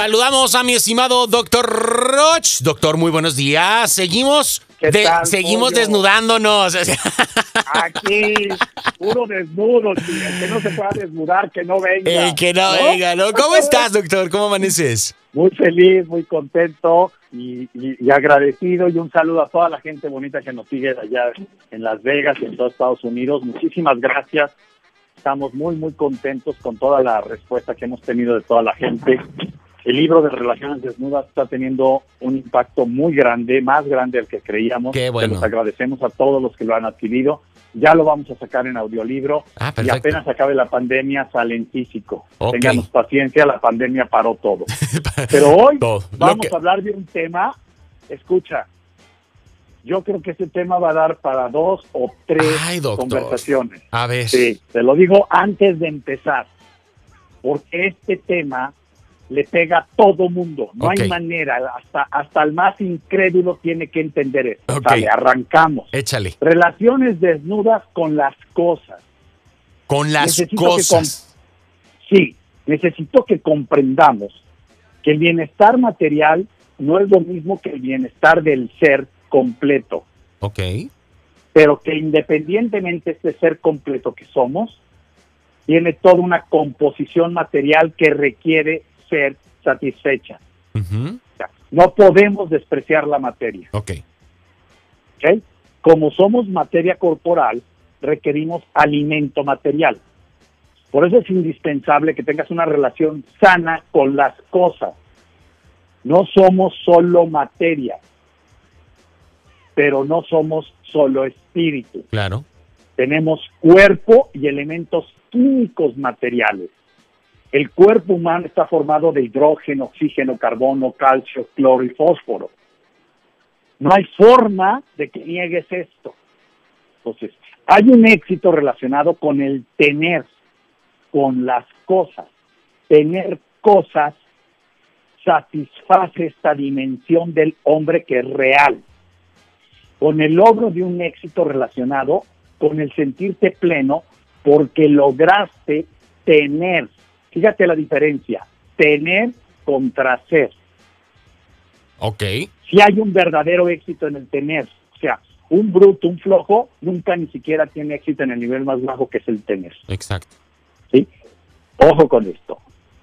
Saludamos a mi estimado doctor Roch. Doctor, muy buenos días. Seguimos desnudándonos. Aquí, puro desnudo. El que no se pueda desnudar, que no venga. El que no venga, ¿no? ¿Cómo estás, doctor? ¿Cómo amaneces? Muy feliz, muy contento y agradecido. Y un saludo a toda la gente bonita que nos sigue allá en Las Vegas y en todo Estados Unidos. Muchísimas gracias. Estamos muy, muy contentos con toda la respuesta que hemos tenido de toda la gente. El libro de Relaciones Desnudas está teniendo un impacto muy grande, más grande del que creíamos. Qué bueno. Les agradecemos a todos los que lo han adquirido. Ya lo vamos a sacar en audiolibro. Y apenas acabe la pandemia, sale en físico. Okay. Tengamos paciencia, la pandemia paró todo. Pero hoy vamos a hablar de un tema, escucha, yo creo que este tema va a dar para 2 o 3 conversaciones. A ver. Sí, te lo digo antes de empezar, porque este tema le pega a todo mundo. No hay manera, hasta el más incrédulo tiene que entender esto. Vale, arrancamos. Échale. Relaciones desnudas con las cosas. Con las cosas. Sí, necesito que comprendamos que el bienestar material no es lo mismo que el bienestar del ser completo. Ok. Pero que independientemente de este ser completo que somos, tiene toda una composición material que requiere ser satisfecha. Uh-huh. O sea, no podemos despreciar la materia. Okay. ¿Ok? Como somos materia corporal, requerimos alimento material. Por eso es indispensable que tengas una relación sana con las cosas. No somos solo materia, pero no somos solo espíritu. Claro. Tenemos cuerpo y elementos químicos materiales. El cuerpo humano está formado de hidrógeno, oxígeno, carbono, calcio, cloro y fósforo. No hay forma de que niegues esto. Entonces, hay un éxito relacionado con el tener, con las cosas. Tener cosas satisface esta dimensión del hombre que es real. Con el logro de un éxito relacionado con el sentirte pleno porque lograste tener. Fíjate la diferencia, tener contra ser. Ok. Si hay un verdadero éxito en el tener, o sea, un bruto, un flojo, nunca ni siquiera tiene éxito en el nivel más bajo que es el tener. Exacto. ¿Sí? Ojo con esto.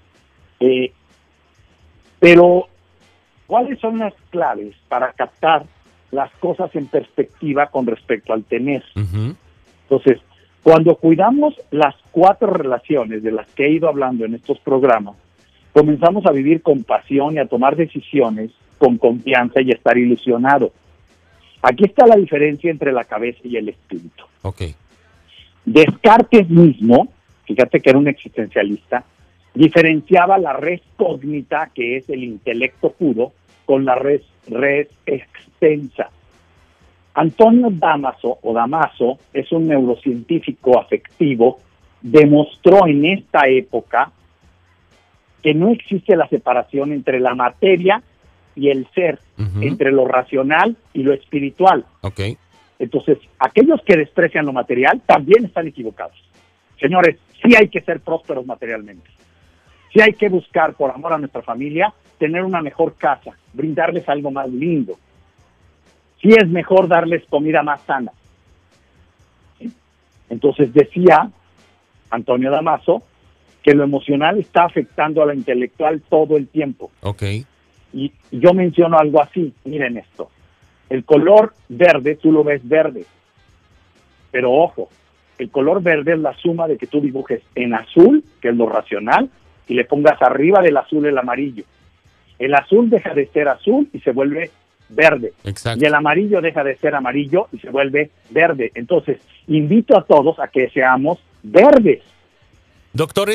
Pero, ¿cuáles son las claves para captar las cosas en perspectiva con respecto al tener? Uh-huh. Entonces, cuando cuidamos las 4 relaciones de las que he ido hablando en estos programas, comenzamos a vivir con pasión y a tomar decisiones con confianza y estar ilusionado. Aquí está la diferencia entre la cabeza y el espíritu. Okay. Descartes mismo, fíjate que era un existencialista, diferenciaba la res cognita, que es el intelecto puro, con la res extensa. Antonio Damaso es un neurocientífico afectivo, demostró en esta época que no existe la separación entre la materia y el ser, uh-huh, entre lo racional y lo espiritual. Okay. Entonces, aquellos que desprecian lo material también están equivocados. Señores, sí hay que ser prósperos materialmente. Sí hay que buscar, por amor a nuestra familia, tener una mejor casa, brindarles algo más lindo. Sí es mejor darles comida más sana. ¿Sí? Entonces decía Antonio Damaso que lo emocional está afectando a lo intelectual todo el tiempo. Okay. Y yo menciono algo así, miren esto. El color verde, tú lo ves verde. Pero ojo, el color verde es la suma de que tú dibujes en azul, que es lo racional, y le pongas arriba del azul el amarillo. El azul deja de ser azul y se vuelve verde. Exacto. Y el amarillo deja de ser amarillo y se vuelve verde. Entonces, invito a todos a que seamos verdes. Doctor,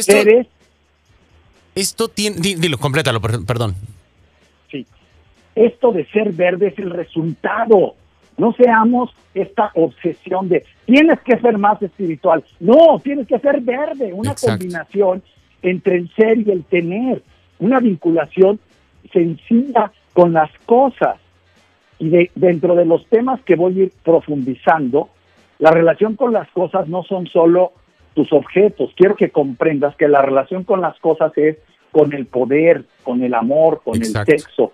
esto tiene... Dilo, complétalo, perdón. Sí. Esto de ser verde es el resultado. No seamos esta obsesión de tienes que ser más espiritual. No, tienes que ser verde. Una combinación entre el ser y el tener. Una vinculación sencilla con las cosas. Y dentro de los temas que voy a ir profundizando, la relación con las cosas no son solo tus objetos. Quiero que comprendas que la relación con las cosas es con el poder, con el amor, con Exacto. el sexo,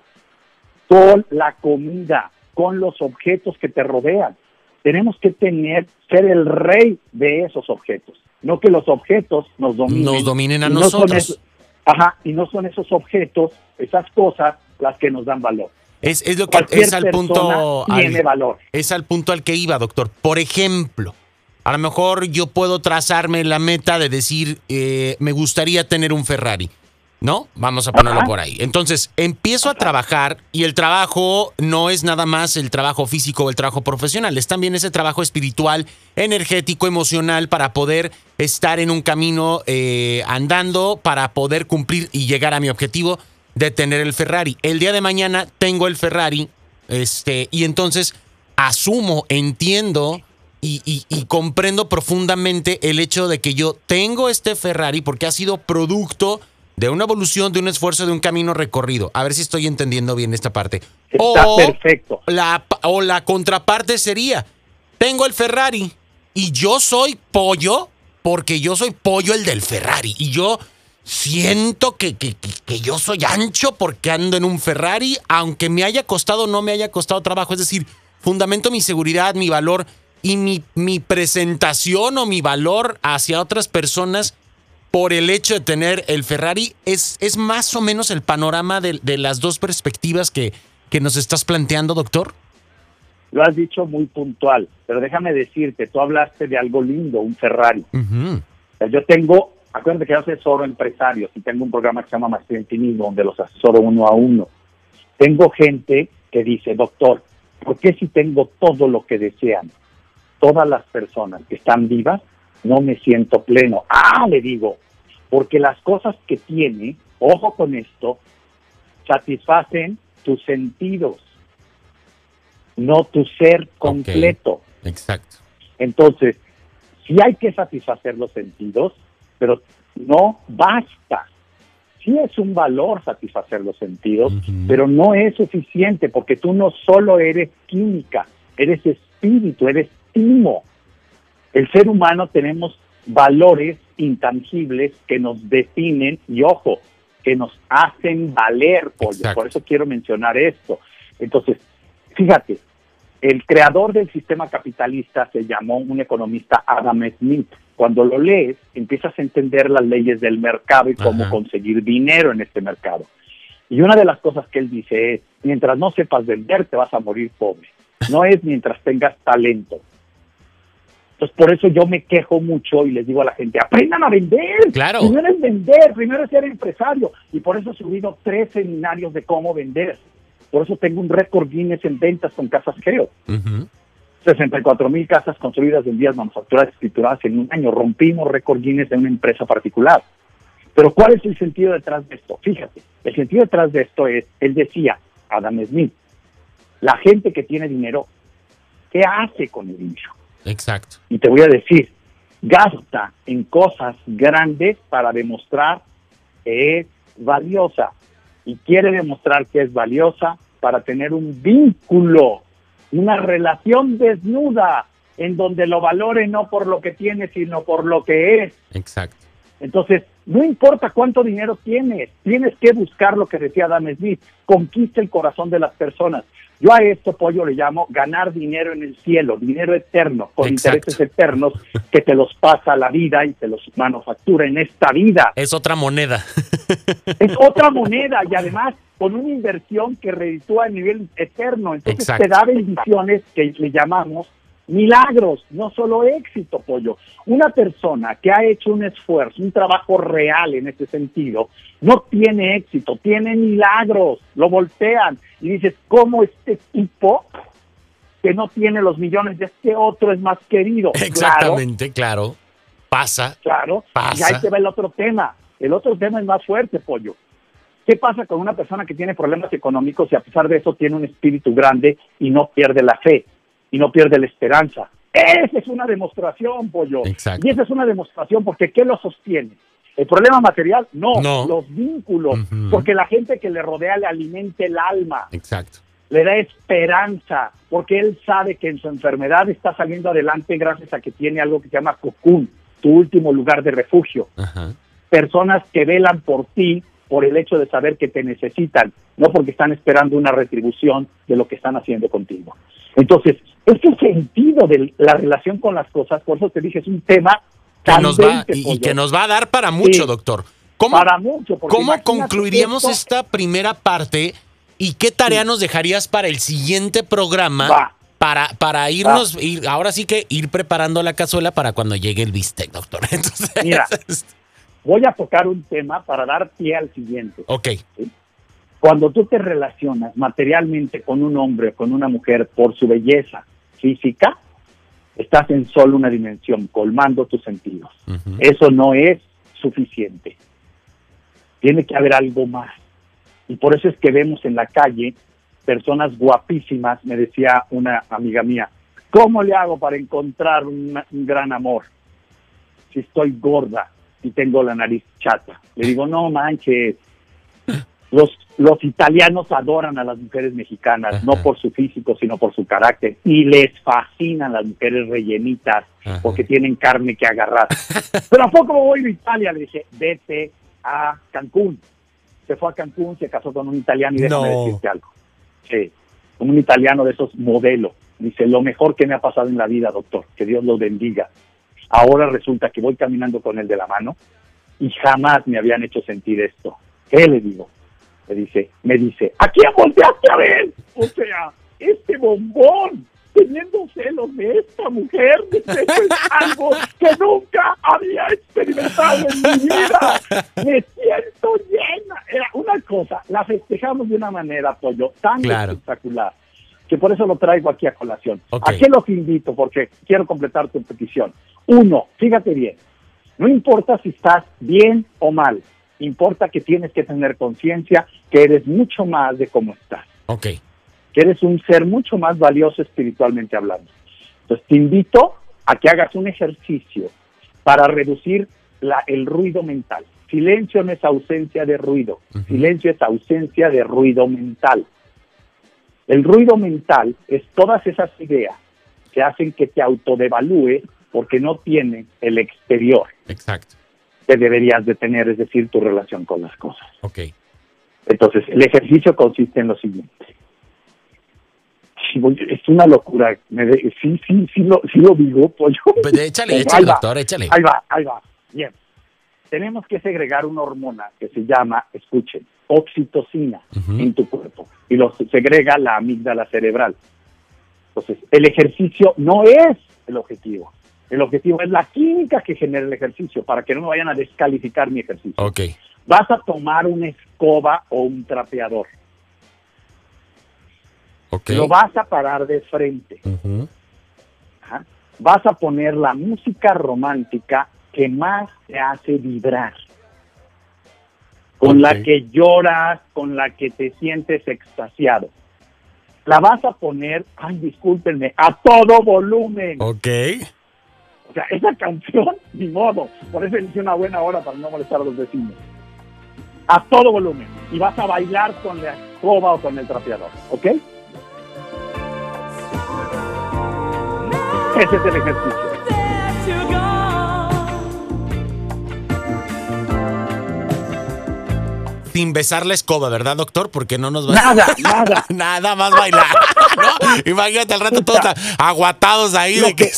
con la comida, con los objetos que te rodean. Tenemos que ser el rey de esos objetos, no que los objetos nos dominen. Nos dominen a y nosotros. Y no son esos objetos, esas cosas, las que nos dan valor. Es lo que Cualquier es al punto persona tiene valor. Es al punto al que iba, doctor. Por ejemplo, a lo mejor yo puedo trazarme la meta de decir, me gustaría tener un Ferrari, ¿no? Vamos a ponerlo por ahí. Entonces, empiezo a trabajar y el trabajo no es nada más el trabajo físico o el trabajo profesional, es también ese trabajo espiritual, energético, emocional, para poder estar en un camino andando, para poder cumplir y llegar a mi objetivo de tener el Ferrari. El día de mañana tengo el Ferrari, y entonces asumo, entiendo y comprendo profundamente el hecho de que yo tengo este Ferrari porque ha sido producto de una evolución, de un esfuerzo, de un camino recorrido. A ver si estoy entendiendo bien esta parte. Está perfecto. La contraparte sería, tengo el Ferrari y yo soy pollo porque yo soy pollo el del Ferrari. Y yo siento que yo soy ancho porque ando en un Ferrari, aunque me haya costado o no me haya costado trabajo. Es decir, fundamento mi seguridad, mi valor y mi presentación o mi valor hacia otras personas por el hecho de tener el Ferrari. Es más o menos el panorama de las dos perspectivas que nos estás planteando, doctor. Lo has dicho muy puntual, pero déjame decirte, tú hablaste de algo lindo, un Ferrari. Uh-huh. O sea, yo tengo, acuérdate que yo asesoro empresarios y tengo un programa que se llama Maestría en Ti Mismo, donde los asesoro uno a uno. Tengo gente que dice, doctor, ¿por qué si tengo todo lo que desean todas las personas que están vivas, no me siento pleno? Le digo, porque las cosas que tiene, ojo con esto, satisfacen tus sentidos, no tu ser completo. Okay. Exacto. Entonces, sí hay que satisfacer los sentidos, pero no basta. Sí es un valor satisfacer los sentidos, uh-huh, pero no es suficiente, porque tú no solo eres química, eres espíritu, eres timo. El ser humano tenemos valores intangibles que nos definen y, ojo, que nos hacen valer, pollo. Exacto. Por eso quiero mencionar esto. Entonces, fíjate, el creador del sistema capitalista se llamó un economista, Adam Smith. Cuando lo lees, empiezas a entender las leyes del mercado y cómo conseguir dinero en este mercado. Y una de las cosas que él dice es, mientras no sepas vender, te vas a morir pobre. No es mientras tengas talento. Entonces, por eso yo me quejo mucho y les digo a la gente, aprendan a vender. Claro. Primero es vender, primero es ser empresario. Y por eso he subido 3 seminarios de cómo vender. Por eso tengo un récord Guinness en ventas con Casas Geo. Uh-huh. 64,000 casas construidas, vendidas, manufacturadas, escrituradas en un año. Rompimos récord Guinness en una empresa particular. Pero ¿cuál es el sentido detrás de esto? Fíjate, el sentido detrás de esto es, él decía, Adam Smith, la gente que tiene dinero, ¿qué hace con el dinero? Exacto. Y te voy a decir, gasta en cosas grandes para demostrar que es valiosa. Y quiere demostrar que es valiosa para tener un vínculo, una relación desnuda, en donde lo valore no por lo que tiene, sino por lo que es. Exacto. Entonces, no importa cuánto dinero tienes que buscar lo que decía Adam Smith, conquista el corazón de las personas. Yo a esto, pollo, le llamo ganar dinero en el cielo, dinero eterno, con Exacto. intereses eternos que te los pasa la vida y te los manufactura en esta vida. Es otra moneda. Es otra moneda y además con una inversión que reditúa a nivel eterno. Entonces Exacto. te da bendiciones que le llamamos milagros, no solo éxito, pollo. Una persona que ha hecho un esfuerzo, un trabajo real en ese sentido, no tiene éxito, tiene milagros. Lo voltean y dices, ¿cómo este tipo que no tiene los millones de este otro es más querido? Exactamente, claro. Pasa. Claro. Pasa. Y ahí te va el otro tema. El otro tema es más fuerte, pollo. ¿Qué pasa con una persona que tiene problemas económicos y a pesar de eso tiene un espíritu grande y no pierde la fe y no pierde la esperanza? Esa es una demostración, pollo. Exacto. Y esa es una demostración porque ¿qué lo sostiene? ¿El problema material? No. Los vínculos. Uh-huh. Porque la gente que le rodea le alimenta el alma. Exacto. Le da esperanza, porque él sabe que en su enfermedad está saliendo adelante gracias a que tiene algo que se llama cocoon, tu último lugar de refugio. Uh-huh. Personas que velan por ti por el hecho de saber que te necesitan, no porque están esperando una retribución de lo que están haciendo contigo. Entonces, este sentido de la relación con las cosas, por eso te dije, es un tema que nos va, y que nos va a dar para mucho, sí, doctor. Para mucho. ¿Cómo concluiríamos esta primera parte y qué tarea nos dejarías para el siguiente programa para irnos, ahora sí que ir preparando la cazuela para cuando llegue el bistec, doctor? Entonces, mira, voy a tocar un tema para dar pie al siguiente. Ok. ¿Sí? Cuando tú te relacionas materialmente con un hombre o con una mujer por su belleza física, estás en solo una dimensión, colmando tus sentidos. Uh-huh. Eso no es suficiente. Tiene que haber algo más. Y por eso es que vemos en la calle personas guapísimas. Me decía una amiga mía, ¿cómo le hago para encontrar un gran amor si estoy gorda y tengo la nariz chata? Le digo, no manches. Los italianos adoran a las mujeres mexicanas, ajá, no por su físico, sino por su carácter. Y les fascinan las mujeres rellenitas, ajá, porque tienen carne que agarrar. Pero ¿a poco me voy a Italia? Le dije, vete a Cancún. Se fue a Cancún, se casó con un italiano y déjame decirte algo. Sí, un italiano de esos modelo. Dice, lo mejor que me ha pasado en la vida, doctor, que Dios lo bendiga. Ahora resulta que voy caminando con él de la mano y jamás me habían hecho sentir esto. ¿Qué le digo? Me dice, ¿a quién volteaste a ver? O sea, este bombón, teniendo celos de esta mujer, eso es algo que nunca había experimentado en mi vida. Me siento llena. Era una cosa, la festejamos de una manera, Pollo, tan espectacular, que por eso lo traigo aquí a colación. Okay. ¿A qué los invito? Porque quiero completar tu petición. 1, fíjate bien, no importa si estás bien o mal, importa que tienes que tener conciencia que eres mucho más de cómo estás. Ok. Que eres un ser mucho más valioso espiritualmente hablando. Entonces te invito a que hagas un ejercicio para reducir el ruido mental. Silencio no es ausencia de ruido. Uh-huh. Silencio es ausencia de ruido mental. El ruido mental es todas esas ideas que hacen que te autodevalúes porque no tienen el exterior. Exacto. Que deberías de tener, es decir, tu relación con las cosas. Ok. Entonces, el ejercicio consiste en lo siguiente. Es una locura. Sí lo digo, Pollo. Pues échale, doctor, échale. Ahí va. Bien. Tenemos que segregar una hormona que se llama, escuchen, oxitocina, uh-huh, en tu cuerpo. Y lo segrega la amígdala cerebral. Entonces, el ejercicio no es el objetivo. El objetivo es la química que genera el ejercicio, para que no me vayan a descalificar mi ejercicio. Okay. Vas a tomar una escoba o un trapeador. Okay. Lo vas a parar de frente. Uh-huh. Ajá. Vas a poner la música romántica que más te hace vibrar. Con la que lloras, con la que te sientes extasiado. La vas a poner, discúlpenme, a todo volumen. Ok. O sea, esa canción, ni modo. Por eso elegí una buena hora para no molestar a los vecinos. A todo volumen. Y vas a bailar con la escoba o con el trapeador. ¿Ok? Ese es el ejercicio. Sin besar la escoba, ¿verdad, doctor? Porque no nos va nada más bailar, ¿no? Imagínate al rato todos aguatados ahí de que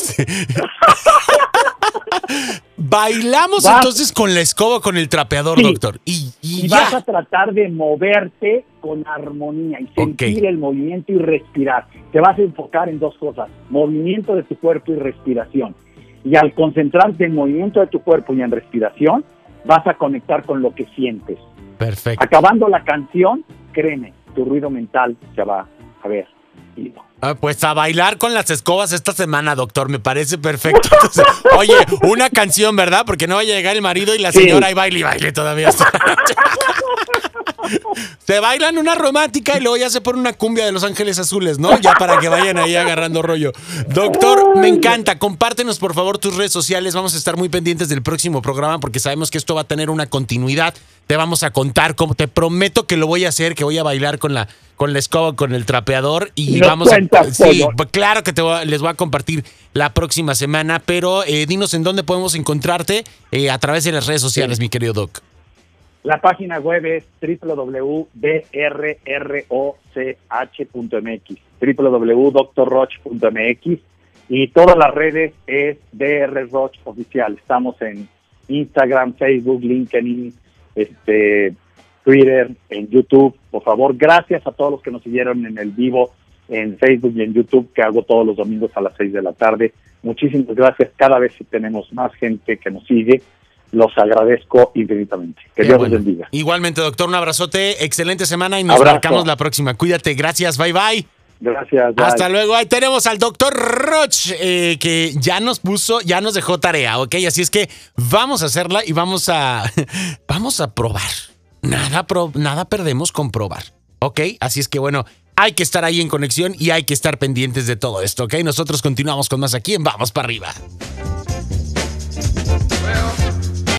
bailamos entonces con la escoba, con el trapeador, sí, doctor. Y vas a tratar de moverte con armonía y sentir el movimiento y respirar. Te vas a enfocar en 2 cosas: movimiento de tu cuerpo y respiración. Y al concentrarte en movimiento de tu cuerpo y en respiración, vas a conectar con lo que sientes. Perfecto. Acabando la canción, créeme, tu ruido mental se va a ver ido. Pues a bailar con las escobas esta semana, doctor, me parece perfecto. Entonces, oye, una canción, ¿verdad? Porque no va a llegar el marido y la señora y baile todavía. Se bailan una romántica y luego ya se pone una cumbia de Los Ángeles Azules, ¿no? Ya para que vayan ahí agarrando rollo. Doctor, me encanta. Compártenos, por favor, tus redes sociales. Vamos a estar muy pendientes del próximo programa porque sabemos que esto va a tener una continuidad. Te vamos a contar cómo. Te prometo que lo voy a hacer, que voy a bailar con la escoba, con el trapeador y vamos sí, claro que les voy a compartir la próxima semana, pero dinos en dónde podemos encontrarte a través de las redes sociales, mi querido Doc. La página web es www.drroch.mx, www.drroch.mx, y todas las redes es DR Roch Oficial. Estamos en Instagram, Facebook, LinkedIn, Twitter, en YouTube. Por favor, gracias a todos los que nos siguieron en el vivo en Facebook y en YouTube, que hago todos los domingos a las 6 de la tarde. Muchísimas gracias. Cada vez tenemos más gente que nos sigue. Los agradezco infinitamente. Que Dios los bendiga. Igualmente, doctor, un abrazote, excelente semana y nos marcamos la próxima. Cuídate, gracias, bye bye. Gracias. Bye. Hasta luego. Ahí tenemos al doctor Roch, que ya nos dejó tarea, ¿ok? Así es que vamos a hacerla y vamos a probar. Nada perdemos con probar, ¿ok? Así es que bueno, hay que estar ahí en conexión y hay que estar pendientes de todo esto, ¿ok? Nosotros continuamos con más aquí en Vamos para Arriba.